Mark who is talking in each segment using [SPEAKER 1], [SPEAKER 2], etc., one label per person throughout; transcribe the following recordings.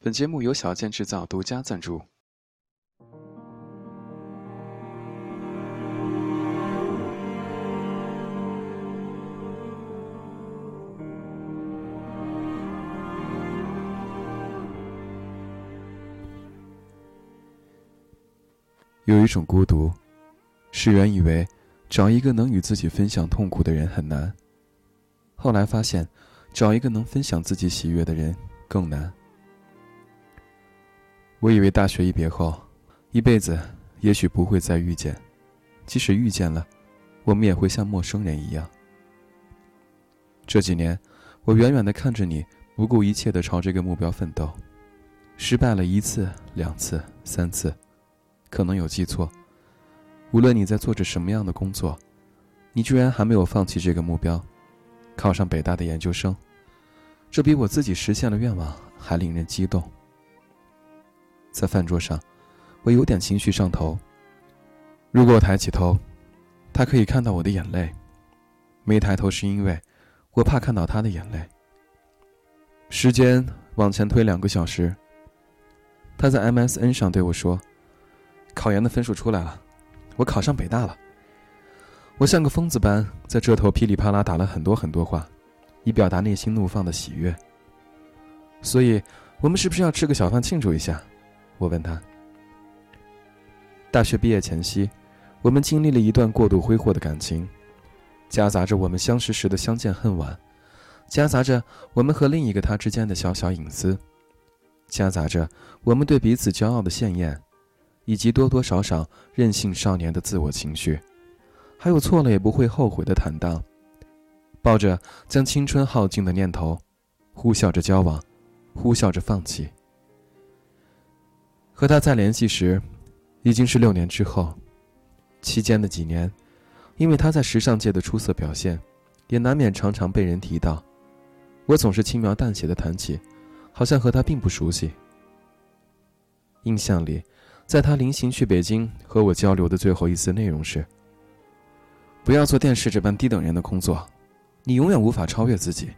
[SPEAKER 1] 本节目由小健制造独家赞助。有一种孤独，世人以为找一个能与自己分享痛苦的人很难，后来发现找一个能分享自己喜悦的人更难。我以为大学一别后，一辈子也许不会再遇见，即使遇见了，我们也会像陌生人一样。这几年，我远远地看着你，不顾一切地朝这个目标奋斗，失败了1次、2次、3次，可能有记错。无论你在做着什么样的工作，你居然还没有放弃这个目标，考上北大的研究生，这比我自己实现了愿望还令人激动。在饭桌上，我有点情绪上头。如果我抬起头，他可以看到我的眼泪；没抬头是因为我怕看到他的眼泪。时间往前推2个小时，他在 MSN 上对我说：“考研的分数出来了，我考上北大了。”我像个疯子般在这头噼里啪啦打了很多话，以表达内心怒放的喜悦。所以，我们是不是要吃个小饭庆祝一下？我问他。大学毕业前夕，我们经历了一段过度挥霍的感情，夹杂着我们相识时的相见恨晚，夹杂着我们和另一个他之间的小小隐私，夹杂着我们对彼此骄傲的羡艳，以及多多少少任性少年的自我情绪，还有错了也不会后悔的坦荡，抱着将青春耗尽的念头，呼啸着交往，呼啸着放弃。和他再联系时，已经是6年之后。期间的几年，因为他在时尚界的出色表现，也难免常常被人提到。我总是轻描淡写地谈起，好像和他并不熟悉。印象里，在他临行去北京和我交流的最后一丝内容是：不要做电视这般低等人的工作，你永远无法超越自己。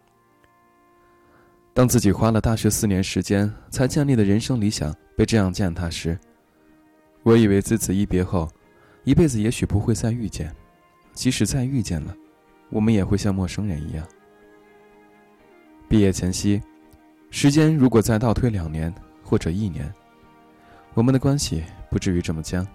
[SPEAKER 1] 当自己花了大学4年时间才建立的人生理想被这样践踏时，我以为自此一别后，一辈子也许不会再遇见，即使再遇见了，我们也会像陌生人一样。毕业前夕，时间如果再倒推2年或者1年，我们的关系不至于这么僵。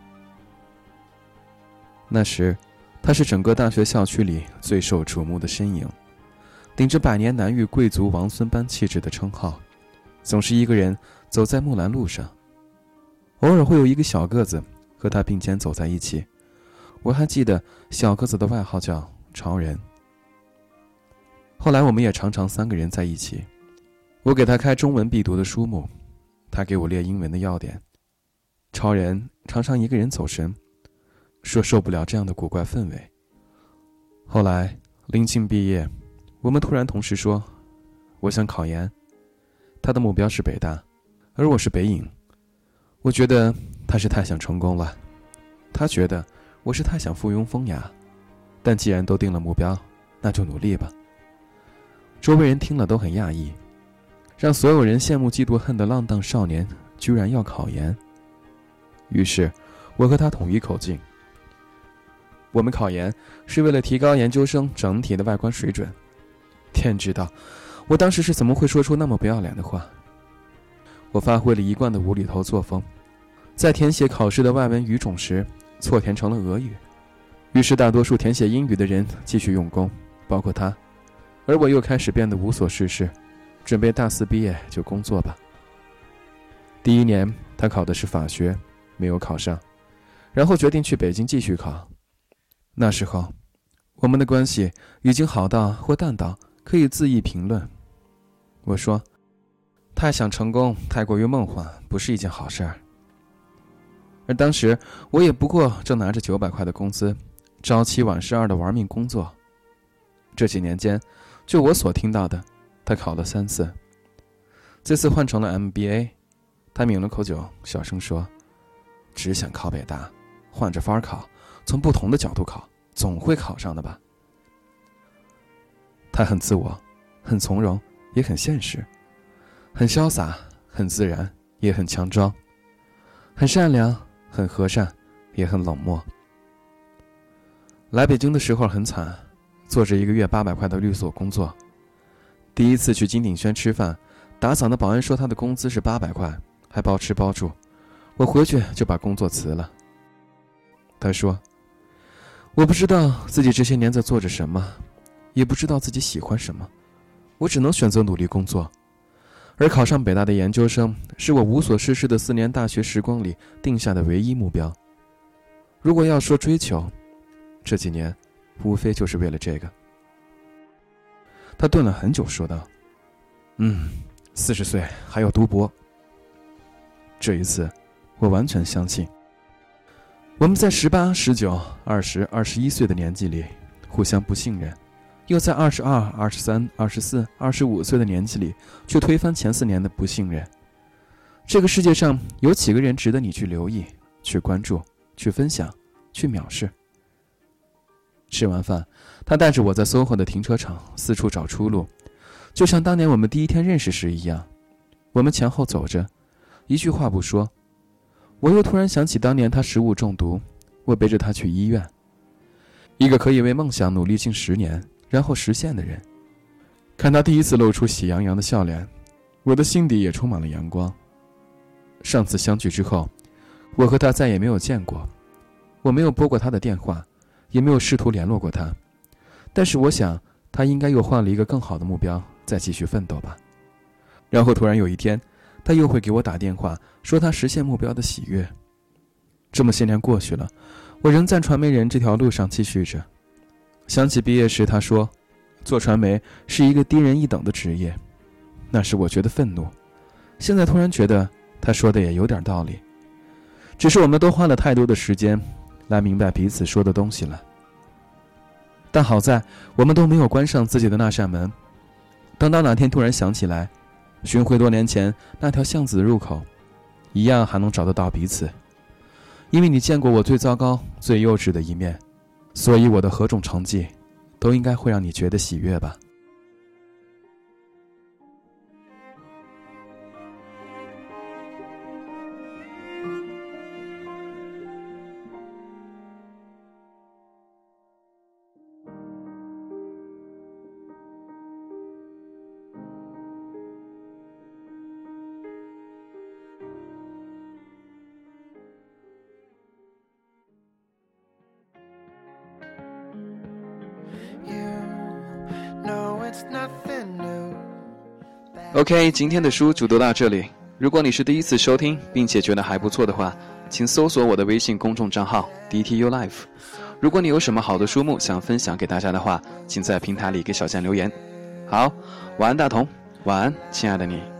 [SPEAKER 1] 那时，他是整个大学校区里最受瞩目的身影，顶着百年难遇贵族王孙般气质的称号，总是一个人走在木兰路上，偶尔会有一个小个子和他并肩走在一起。我还记得小个子的外号叫超人。后来我们也常常3个人在一起，我给他开中文必读的书目，他给我列英文的要点。超人常常一个人走神，说受不了这样的古怪氛围。后来临近毕业，我们突然同时说，我想考研。他的目标是北大，而我是北影。我觉得他是太想成功了，他觉得我是太想附庸风雅，但既然都定了目标，那就努力吧。周围人听了都很讶异，让所有人羡慕嫉妒恨的浪荡少年居然要考研。于是我和他统一口径，我们考研是为了提高研究生整体的外观水准。天知道我当时是怎么会说出那么不要脸的话。我发挥了一贯的无厘头作风，在填写考试的外文语种时错填成了俄语，于是大多数填写英语的人继续用功，包括他，而我又开始变得无所事事，准备大4毕业就工作吧。第1年他考的是法学，没有考上，然后决定去北京继续考。那时候我们的关系已经好到或淡到可以恣意评论。我说，太想成功太过于梦幻，不是一件好事儿。而当时我也不过正拿着900块的工资，朝7晚12的玩命工作。这几年间，就我所听到的，他考了3次，这次换成了 MBA。 他抿了口酒，小声说，只想考北大，换着法儿考，从不同的角度考，总会考上的吧。他很自我，很从容，也很现实，很潇洒， 很自然，也很强装，很善良，很和善，也很冷漠。来北京的时候很惨，做着1个月800块的律所工作。第一次去金鼎轩吃饭，打扫的保安说他的工资是800块，还包吃包住。我回去就把工作辞了。他说，我不知道自己这些年在做着什么，也不知道自己喜欢什么，我只能选择努力工作。而考上北大的研究生是我无所事事的4年大学时光里定下的唯一目标。如果要说追求，这几年无非就是为了这个。他顿了很久说道，40岁还要读博。这一次我完全相信。我们在18、19、20、21岁的年纪里互相不信任，又在22、23、24、25岁的年纪里去推翻前4年的不信任。这个世界上有几个人值得你去留意、去关注、去分享、去藐视？吃完饭，他带着我在SOHO的停车场四处找出路，就像当年我们第一天认识时一样。我们前后走着，一句话不说。我又突然想起当年他食物中毒，我背着他去医院。一个可以为梦想努力近10年然后实现的人，看他第一次露出喜洋洋的笑脸，我的心底也充满了阳光。上次相聚之后，我和他再也没有见过，我没有拨过他的电话，也没有试图联络过他，但是我想他应该又换了一个更好的目标，再继续奋斗吧。然后突然有一天，他又会给我打电话，说他实现目标的喜悦。这么些年过去了，我仍在传媒人这条路上继续着。想起毕业时他说，做传媒是一个低人一等的职业，那时我觉得愤怒，现在突然觉得他说的也有点道理。只是我们都花了太多的时间来明白彼此说的东西了。但好在我们都没有关上自己的那扇门。等到哪天突然想起来，寻回多年前那条巷子的入口，一样还能找得到彼此。因为你见过我最糟糕、最幼稚的一面，所以我的何种成绩都应该会让你觉得喜悦吧。OK， 今天的书就读到这里。如果你是第一次收听并且觉得还不错的话，请搜索我的微信公众账号 DTU Life。 如果你有什么好的书目想分享给大家的话，请在平台里给小健留言。好，晚安大同，晚安亲爱的你。